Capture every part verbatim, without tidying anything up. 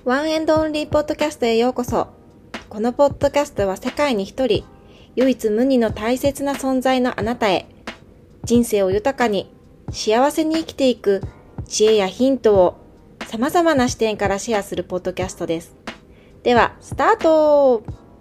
ワンエンドオンリーポッドキャストへようこそ。このポッドキャストは世界に一人、唯一無二の大切な存在のあなたへ、人生を豊かに、幸せに生きていく知恵やヒントを様々な視点からシェアするポッドキャストです。では、スタート！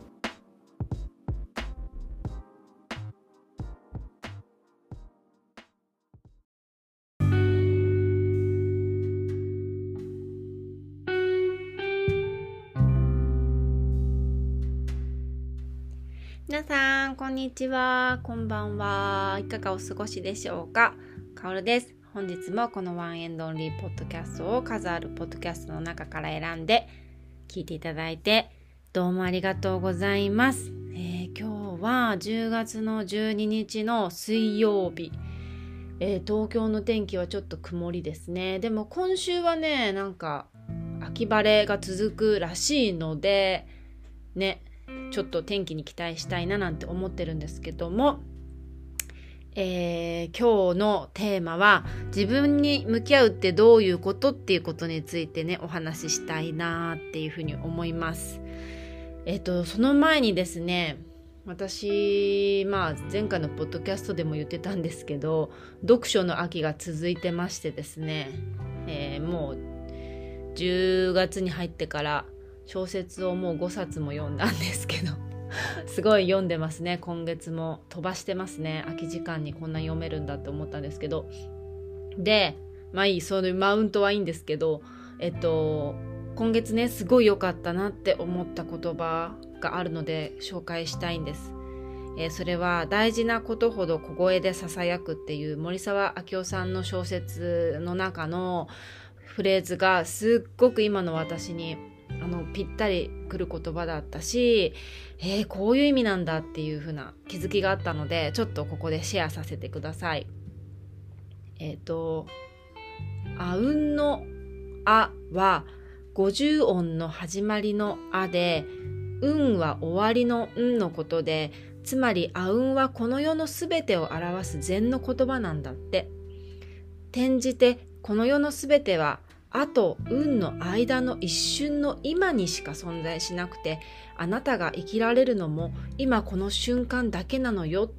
皆さん、こんにちは。こんばんは。いかがお過ごしでしょうか。かおるです。本日もこのワンエンドオンリーポッドキャストを数あるポッドキャストの中から選んで聞いていただいてどうもありがとうございます。えー、今日はじゅうがつのじゅうににちの水曜日。えー、東京の天気はちょっと曇りですね。でも今週はね、なんか秋晴れが続くらしいのでね、ちょっと天気に期待したいななんて思ってるんですけども、えー、今日のテーマは自分に向き合うってどういうことっていうことについてねお話ししたいなっていうふうに思います。えっとその前にですね、私まあ前回のポッドキャストでも言ってたんですけど、読書の秋が続いてましてですね、えー、もうじゅうがつに入ってから小説をもうごさつも読んだんですけどすごい読んでますね。今月も飛ばしてますね。空き時間にこんな読めるんだって思ったんですけど、でまあいい、そのマウントはいいんですけど、えっと今月ねすごい良かったなって思った言葉があるので紹介したいんです。えー、それは大事なことほど小声でささやくっていう森沢明夫さんの小説の中のフレーズがすっごく今の私にあのぴったりくる言葉だったし、えー、こういう意味なんだっていう風な気づきがあったので、ちょっとここでシェアさせてください。えっとあうんのあはごじゅうおんの始まりのあで、うんは終わりのんのことで、つまりあうんはこの世のすべてを表す禅の言葉なんだって。転じてこの世のすべてはあと運の間の一瞬の今にしか存在しなくて、あなたが生きられるのも今この瞬間だけなのよって、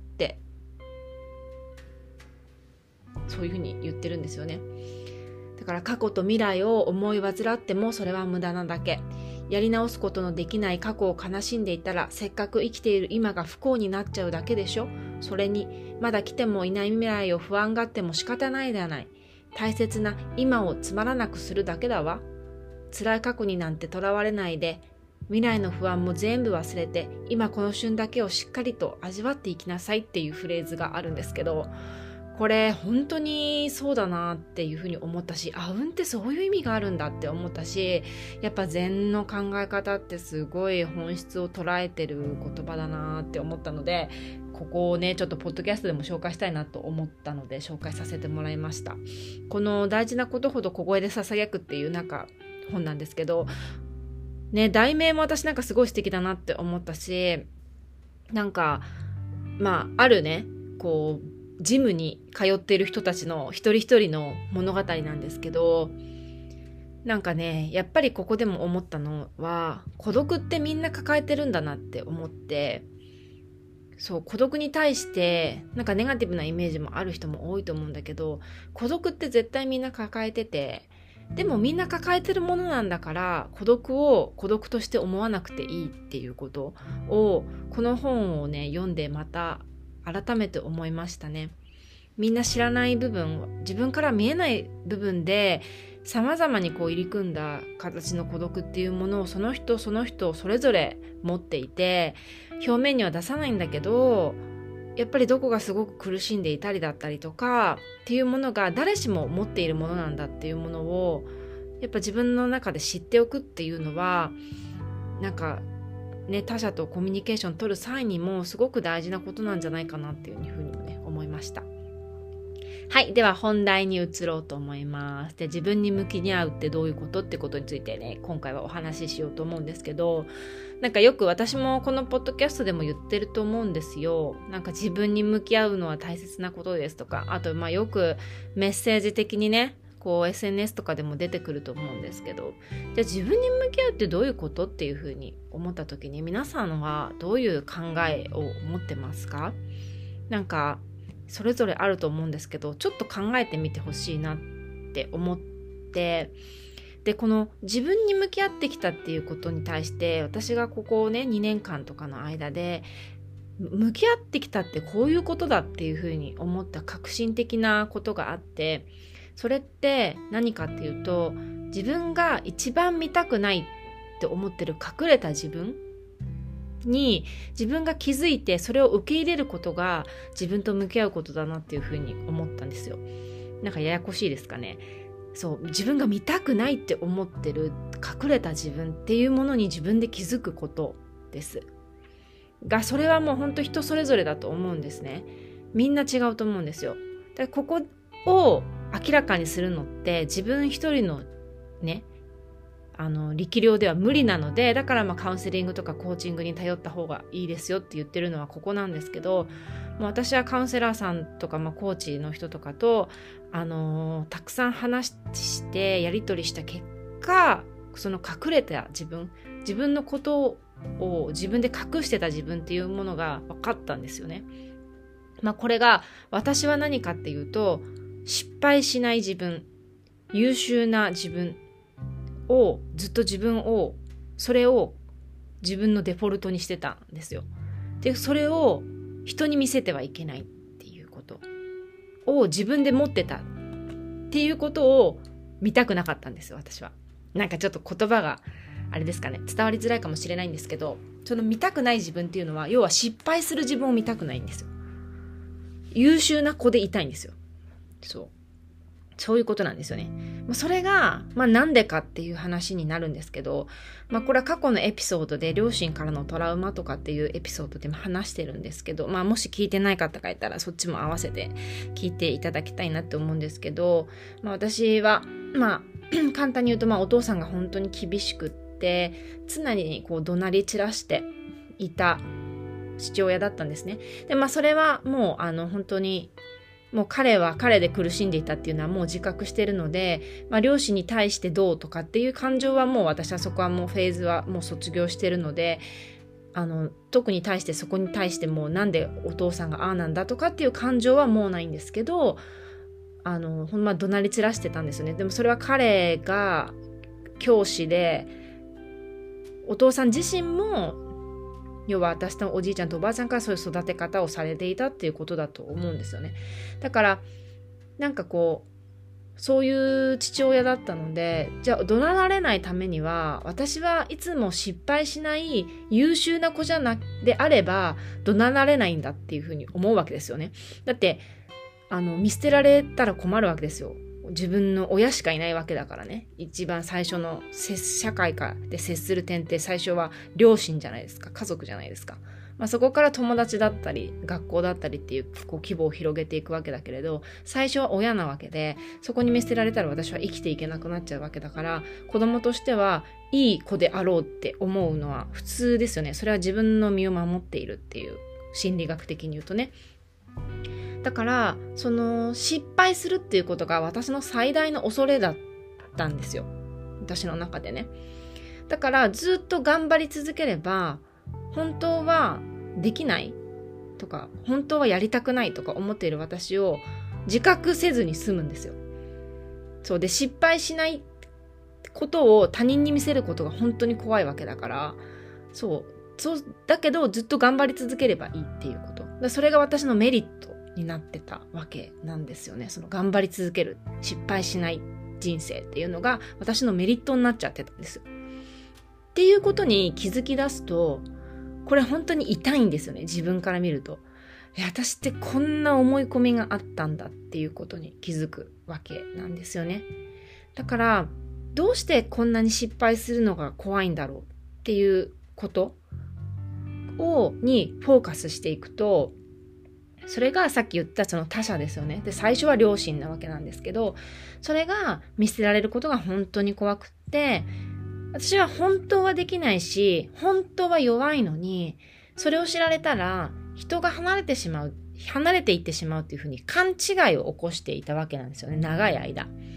そういうふうに言ってるんですよね。だから過去と未来を思い煩ってもそれは無駄なだけ。やり直すことのできない過去を悲しんでいたら、せっかく生きている今が不幸になっちゃうだけでしょ。それにまだ来てもいない未来を不安がっても仕方ないではない。大切な今をつまらなくするだけだわ。辛い過去になんてとらわれないで、未来の不安も全部忘れて、今この瞬だけをしっかりと味わっていきなさいっていうフレーズがあるんですけど、これ本当にそうだなっていうふうに思ったし、あうんってそういう意味があるんだって思ったし、やっぱ禅の考え方ってすごい本質を捉えてる言葉だなって思ったので、ここをねちょっとポッドキャストでも紹介したいなと思ったので紹介させてもらいました。この大事なことほど小声でささやくっていうなんか本なんですけどね、題名も私なんかすごい素敵だなって思ったし、なんかまああるねこうジムに通っている人たちの一人一人の物語なんですけど、なんかねやっぱりここでも思ったのは、孤独ってみんな抱えてるんだなって思って、そう孤独に対してなんかネガティブなイメージもある人も多いと思うんだけど、孤独って絶対みんな抱えてて、でもみんな抱えてるものなんだから、孤独を孤独として思わなくていいっていうことをこの本をね読んでまた改めて思いましたね。みんな知らない部分、自分から見えない部分で様々にこう入り組んだ形の孤独っていうものをその人その人それぞれ持っていて、表面には出さないんだけど、やっぱりどこがすごく苦しんでいたりだったりとかっていうものが誰しも持っているものなんだっていうものをやっぱ自分の中で知っておくっていうのは、なんかね他者とコミュニケーション取る際にもすごく大事なことなんじゃないかなっていうふうにもね思いました。はい、では本題に移ろうと思います。で、自分に向き合うってどういうことってことについてね今回はお話ししようと思うんですけど、なんかよく私もこのポッドキャストでも言ってると思うんですよ。なんか自分に向き合うのは大切なことですとか、あとまあよくメッセージ的にねこう エスエヌエス とかでも出てくると思うんですけど、じゃあ自分に向き合うってどういうことっていうふうに思った時に、皆さんはどういう考えを持ってますか？なんかそれぞれあると思うんですけど、ちょっと考えてみてほしいなって思って、でこの自分に向き合ってきたっていうことに対して、私がここねにねんかんとかの間で向き合ってきたってこういうことだっていうふうに思った革新的なことがあって、それって何かっていうと、自分が一番見たくないって思ってる隠れた自分に自分が気づいて、それを受け入れることが自分と向き合うことだなっていうふうに思ったんですよ。なんかややこしいですかね。そう自分が見たくないって思ってる隠れた自分っていうものに自分で気づくことですが、それはもう本当人それぞれだと思うんですね。みんな違うと思うんですよ。だからここを明らかにするのって自分一人のねあの力量では無理なので、だからまあカウンセリングとかコーチングに頼った方がいいですよって言ってるのはここなんですけど、もう私はカウンセラーさんとか、まあ、コーチの人とかと、あのー、たくさん話してやり取りした結果、その隠れた自分自分のことを自分で隠してた自分っていうものが分かったんですよね。まあこれが私は何かっていうと、失敗しない自分、優秀な自分をずっと自分をそれを自分のデフォルトにしてたんですよ。でそれを人に見せてはいけないっていうことを自分で持ってたっていうことを見たくなかったんですよ、私は。なんかちょっと言葉があれですかね、伝わりづらいかもしれないんですけど、その見たくない自分っていうのは、要は失敗する自分を見たくないんですよ。優秀な子でいたいんですよ。そうそういうことなんですよね。それが、まあ、なんでかっていう話になるんですけど、まあ、これは過去のエピソードで両親からのトラウマとかっていうエピソードでも話してるんですけど、まあ、もし聞いてない方がいたらそっちも合わせて聞いていただきたいなって思うんですけど、まあ、私は、まあ、簡単に言うと、まあ、お父さんが本当に厳しくって常にこう怒鳴り散らしていた父親だったんですね。で、まあ、それはもうあの本当にもう彼は彼で苦しんでいたっていうのはもう自覚しているので、まあ、両親に対してどうとかっていう感情はもう私はそこはもうフェーズはもう卒業しているので、あの特に対してそこに対してもうなんでお父さんがああなんだとかっていう感情はもうないんですけど、あのほんま怒鳴り散らしてたんですよね。でもそれは彼が教師で、お父さん自身も要は私のおじいちゃんとおばあちゃんからそういう育て方をされていたっていうことだと思うんですよね。だからなんかこうそういう父親だったので、じゃあ怒鳴られないためには私はいつも失敗しない優秀な子じゃなであれば怒鳴られないんだっていうふうに思うわけですよね。だってあの見捨てられたら困るわけですよ。自分の親しかいないわけだからね。一番最初の社会で接する点って最初は両親じゃないですか、家族じゃないですか。まあ、そこから友達だったり学校だったりっていう、こう規模を広げていくわけだけれど、最初は親なわけで、そこに見捨てられたら私は生きていけなくなっちゃうわけだから、子供としてはいい子であろうって思うのは普通ですよね。それは自分の身を守っているっていう、心理学的に言うとね。だからその失敗するっていうことが私の最大の恐れだったんですよ、私の中でね。だからずっと頑張り続ければ本当はできないとか本当はやりたくないとか思っている私を自覚せずに済むんですよ。そうで、失敗しないことを他人に見せることが本当に怖いわけだから、そうそうだけどずっと頑張り続ければいいっていうことだ、それが私のメリットになってたわけなんですよね。その頑張り続ける、失敗しない人生っていうのが私のメリットになっちゃってたんですよ。っていうことに気づき出すと、これ本当に痛いんですよね、自分から見ると。いや、私ってこんな思い込みがあったんだっていうことに気づくわけなんですよね。だからどうしてこんなに失敗するのが怖いんだろうっていうことをにフォーカスしていくと、それがさっき言ったその他者ですよね。で、最初は両親なわけなんですけど、それが見捨てられることが本当に怖くって、私は本当はできないし、本当は弱いのに、それを知られたら人が離れてしまう、離れていってしまうっていうふうに勘違いを起こしていたわけなんですよね、長い間。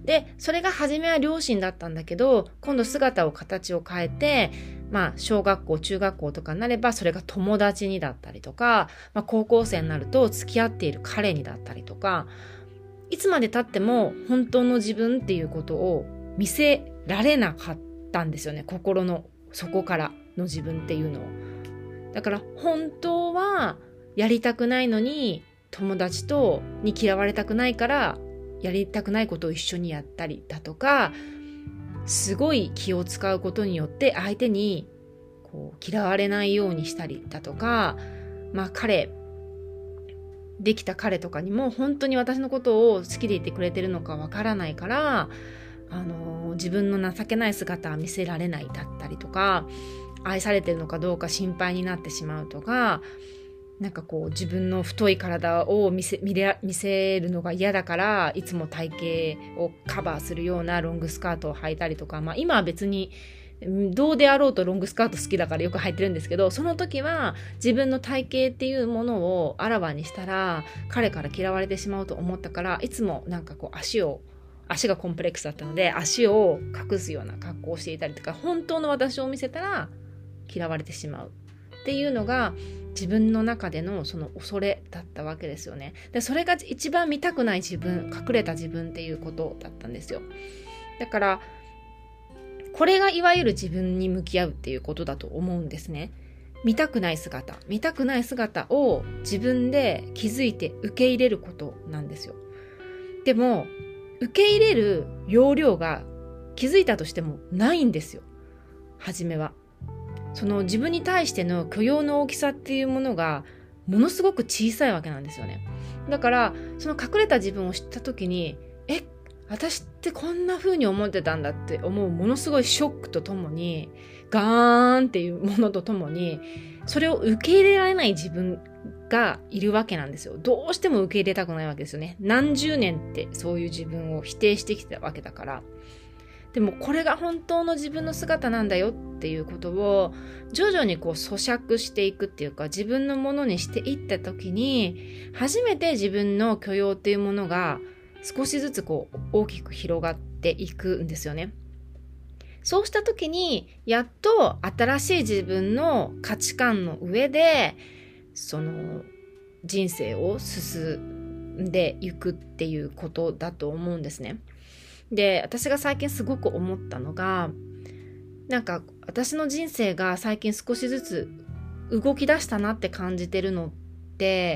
で、それが初めは両親だったんだけど、今度姿を形を変えて、まあ、小学校、中学校とかになれば、それが友達にだったりとか、まあ、高校生になると付き合っている彼にだったりとか、いつまで経っても本当の自分っていうことを見せられなかったんですよね。心の底からの自分っていうのを。だから本当はやりたくないのに、友達とに嫌われたくないからやりたくないことを一緒にやったりだとか、すごい気を使うことによって相手にこう嫌われないようにしたりだとか、まあ彼できた彼とかにも本当に私のことを好きでいてくれてるのかわからないから、あの自分の情けない姿は見せられないだったりとか、愛されてるのかどうか心配になってしまうとか、なんかこう自分の太い体を見せ、見れ、見せるのが嫌だからいつも体型をカバーするようなロングスカートを履いたりとか、まあ今は別にどうであろうとロングスカート好きだからよく履いてるんですけど、その時は自分の体型っていうものをあらわにしたら彼から嫌われてしまうと思ったから、いつもなんかこう足を足がコンプレックスだったので足を隠すような格好をしていたりとか、本当の私を見せたら嫌われてしまうっていうのが自分の中でのその恐れだったわけですよね。で、それが一番見たくない自分、隠れた自分っていうことだったんですよ。だからこれがいわゆる自分に向き合うっていうことだと思うんですね。見たくない姿、見たくない姿を自分で気づいて受け入れることなんですよ。でも受け入れる容量が気づいたとしてもないんですよ。初めは。その自分に対しての許容の大きさっていうものがものすごく小さいわけなんですよね。だからその隠れた自分を知った時に、え、私ってこんな風に思ってたんだって思うものすごいショックとともに、ガーンっていうものとともに、それを受け入れられない自分がいるわけなんですよ。どうしても受け入れたくないわけですよね。何十年ってそういう自分を否定してきたわけだから。でもこれが本当の自分の姿なんだよっていうことを徐々にこう咀嚼していくっていうか、自分のものにしていった時に初めて自分の許容っていうものが少しずつこう大きく広がっていくんですよね。そうした時にやっと新しい自分の価値観の上でその人生を進んでいくっていうことだと思うんですね。で、私が最近すごく思ったのが、なんか私の人生が最近少しずつ動き出したなって感じてるのって、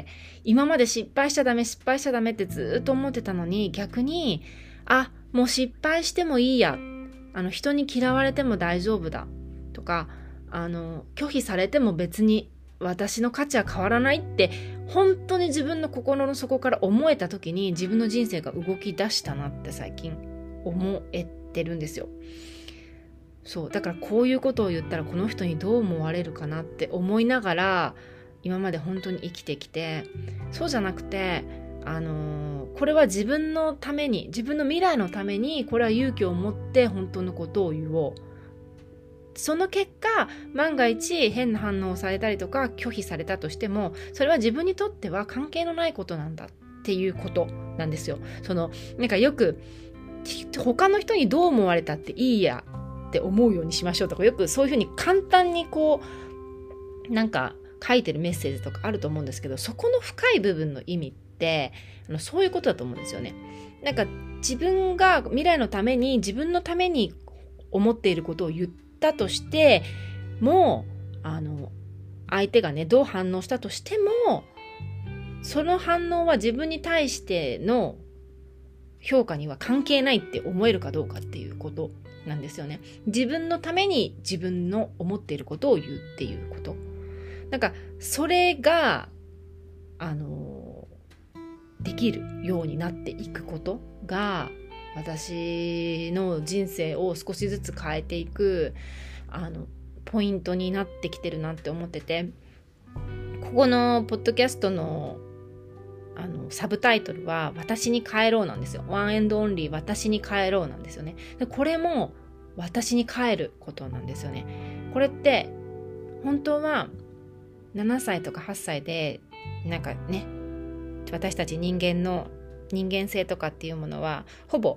今まで失敗しちゃダメ失敗しちゃダメってずっと思ってたのに、逆にあ、もう失敗してもいいや、あの人に嫌われても大丈夫だとか、あの拒否されても別に私の価値は変わらないって本当に自分の心の底から思えた時に、自分の人生が動き出したなって最近思えてるんですよ。そうだからこういうことを言ったらこの人にどう思われるかなって思いながら今まで本当に生きてきて、そうじゃなくて、あのー、これは自分のために、自分の未来のために、これは勇気を持って本当のことを言おう。その結果万が一変な反応をされたりとか拒否されたとしても、それは自分にとっては関係のないことなんだっていうことなんですよ。そのなんかよく他の人にどう思われたっていいやって思うようにしましょうとか、よくそういうふうに簡単にこうなんか書いてるメッセージとかあると思うんですけど、そこの深い部分の意味ってあのそういうことだと思うんですよね。なんか自分が未来のために自分のために思っていることを言ったとしても、あの相手がねどう反応したとしても、その反応は自分に対しての評価には関係ないって思えるかどうかっていうことなんですよね。自分のために自分の思っていることを言うっていうこと、なんかそれがあのできるようになっていくことが私の人生を少しずつ変えていくあのポイントになってきてるなって思ってて、ここのポッドキャストのあのサブタイトルは私に帰ろうなんですよ。ワンエンドオンリー私に帰ろうなんですよね。でこれも私に帰ることなんですよね。これって本当はななさいとかはっさいでなんかね、私たち人間の人間性とかっていうものはほぼ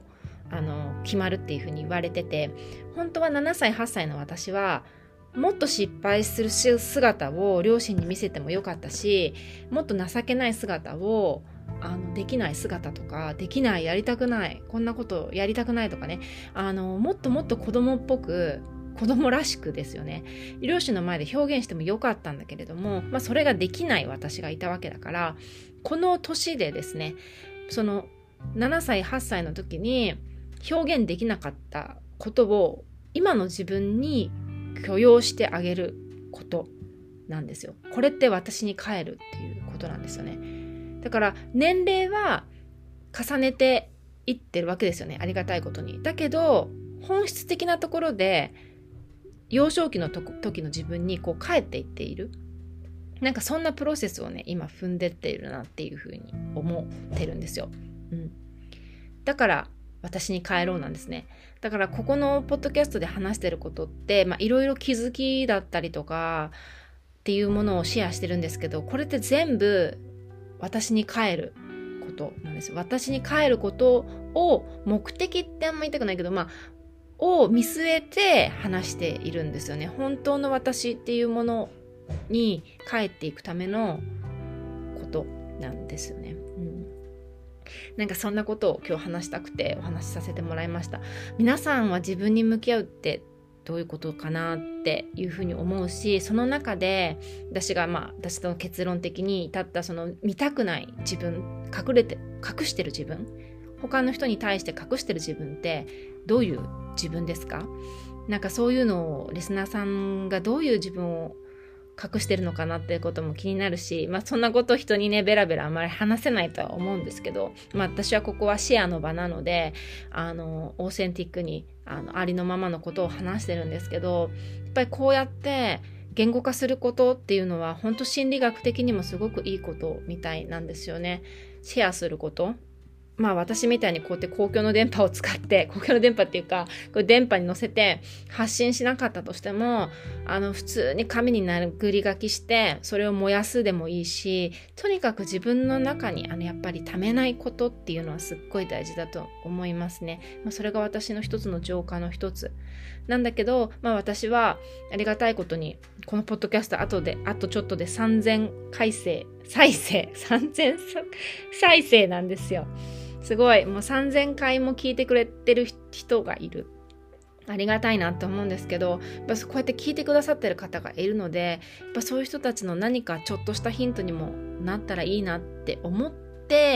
あの決まるっていうふうに言われてて、本当はななさいはっさいの私はもっと失敗する姿を両親に見せてもよかったし、もっと情けない姿をあのできない姿とか、できない、やりたくない、こんなことやりたくないとかね、あのもっともっと子供っぽく、子供らしくですよね、両親の前で表現してもよかったんだけれども、まあ、それができない私がいたわけだから、この年でですね、そのななさいはっさいの時に表現できなかったことを今の自分に許容してあげることなんですよ。これって私に返るっていうことなんですよね。だから年齢は重ねていってるわけですよね、ありがたいことに。だけど本質的なところで幼少期のと時の自分にこう帰っていっている、なんかそんなプロセスをね今踏んでっているなっていうふうに思ってるんですよ、うん、だから私に帰ろうなんですね。だからここのポッドキャストで話してることっていろいろ気づきだったりとかっていうものをシェアしてるんですけど、これって全部私に帰ることなんですよ。私に帰ることを目的ってあんま言いたくないけど、まあを見据えて話しているんですよね。本当の私っていうものに帰っていくためのことなんですよね、うん、なんかそんなことを今日話したくてお話しさせてもらいました。皆さんは自分に向き合うってどういうことかなっていうふうに思うし、その中で私がまあ私の結論的に至ったその見たくない自分、隠れて隠してる自分、他の人に対して隠してる自分ってどういう自分ですか？なんかそういうのをリスナーさんがどういう自分を隠してるのかなっていうことも気になるし、まあそんなこと人にねベラベラあまり話せないとは思うんですけど、まあ私はここはシェアの場なので、あのオーセンティックにあのありのままのことを話してるんですけど、やっぱりこうやって言語化することっていうのは本当心理学的にもすごくいいことみたいなんですよね。シェアすること、まあ私みたいにこうやって公共の電波を使って、公共の電波っていうかこれ電波に乗せて発信しなかったとしても、あの普通に紙に殴り書きしてそれを燃やすでもいいし、とにかく自分の中にあのやっぱりためないことっていうのはすっごい大事だと思いますね。まあ、それが私の一つの浄化の一つなんだけど、まあ私はありがたいことにこのポッドキャスト後であとちょっとでさんぜんかいせい再生さんぜん再生なんですよ。すごい、もうさんぜんかいも聞いてくれてる人がいる。ありがたいなと思うんですけど、やっぱこうやって聞いてくださってる方がいるので、やっぱそういう人たちの何かちょっとしたヒントにもなったらいいなって思って、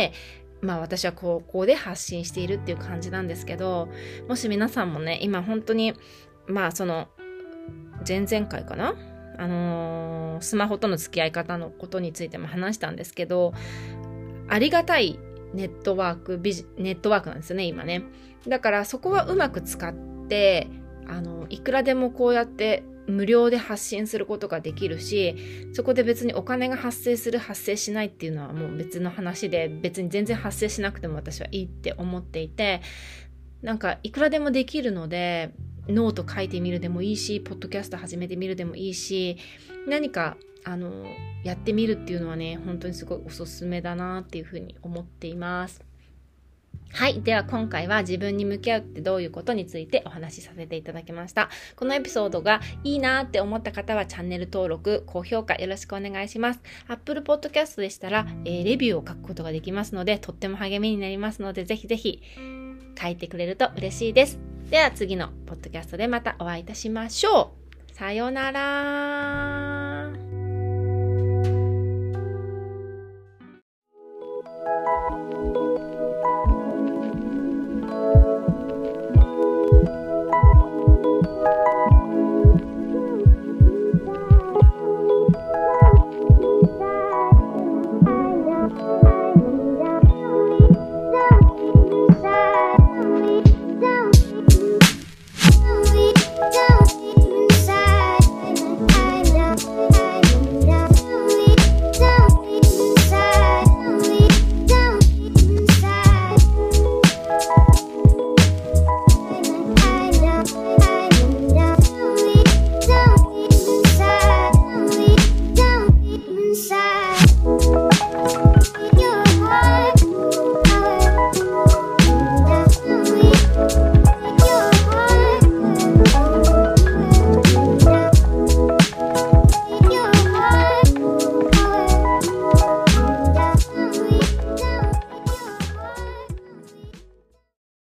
まあ私はここで発信しているっていう感じなんですけど、もし皆さんもね、今本当に、まあその、前々回かなあのー、スマホとの付き合い方のことについても話したんですけど、ありがたいネットワーク、ビジ、ネットワークなんですよね、今ね。だからそこはうまく使って、あの、いくらでもこうやって無料で発信することができるし、そこで別にお金が発生する、発生しないっていうのはもう別の話で、別に全然発生しなくても私はいいって思っていて、なんかいくらでもできるので、ノート書いてみるでもいいし、ポッドキャスト始めてみるでもいいし、何かあのやってみるっていうのはね、本当にすごいおすすめだなっていうふうに思っています。はい。では今回は自分に向き合うってどういうことについてお話しさせていただきました。このエピソードがいいなって思った方はチャンネル登録、高評価よろしくお願いします。Apple Podcast でしたら、えー、レビューを書くことができますので、とっても励みになりますので、ぜひぜひ書いてくれると嬉しいです。では次のポッドキャストでまたお会いいたしましょう。さようなら。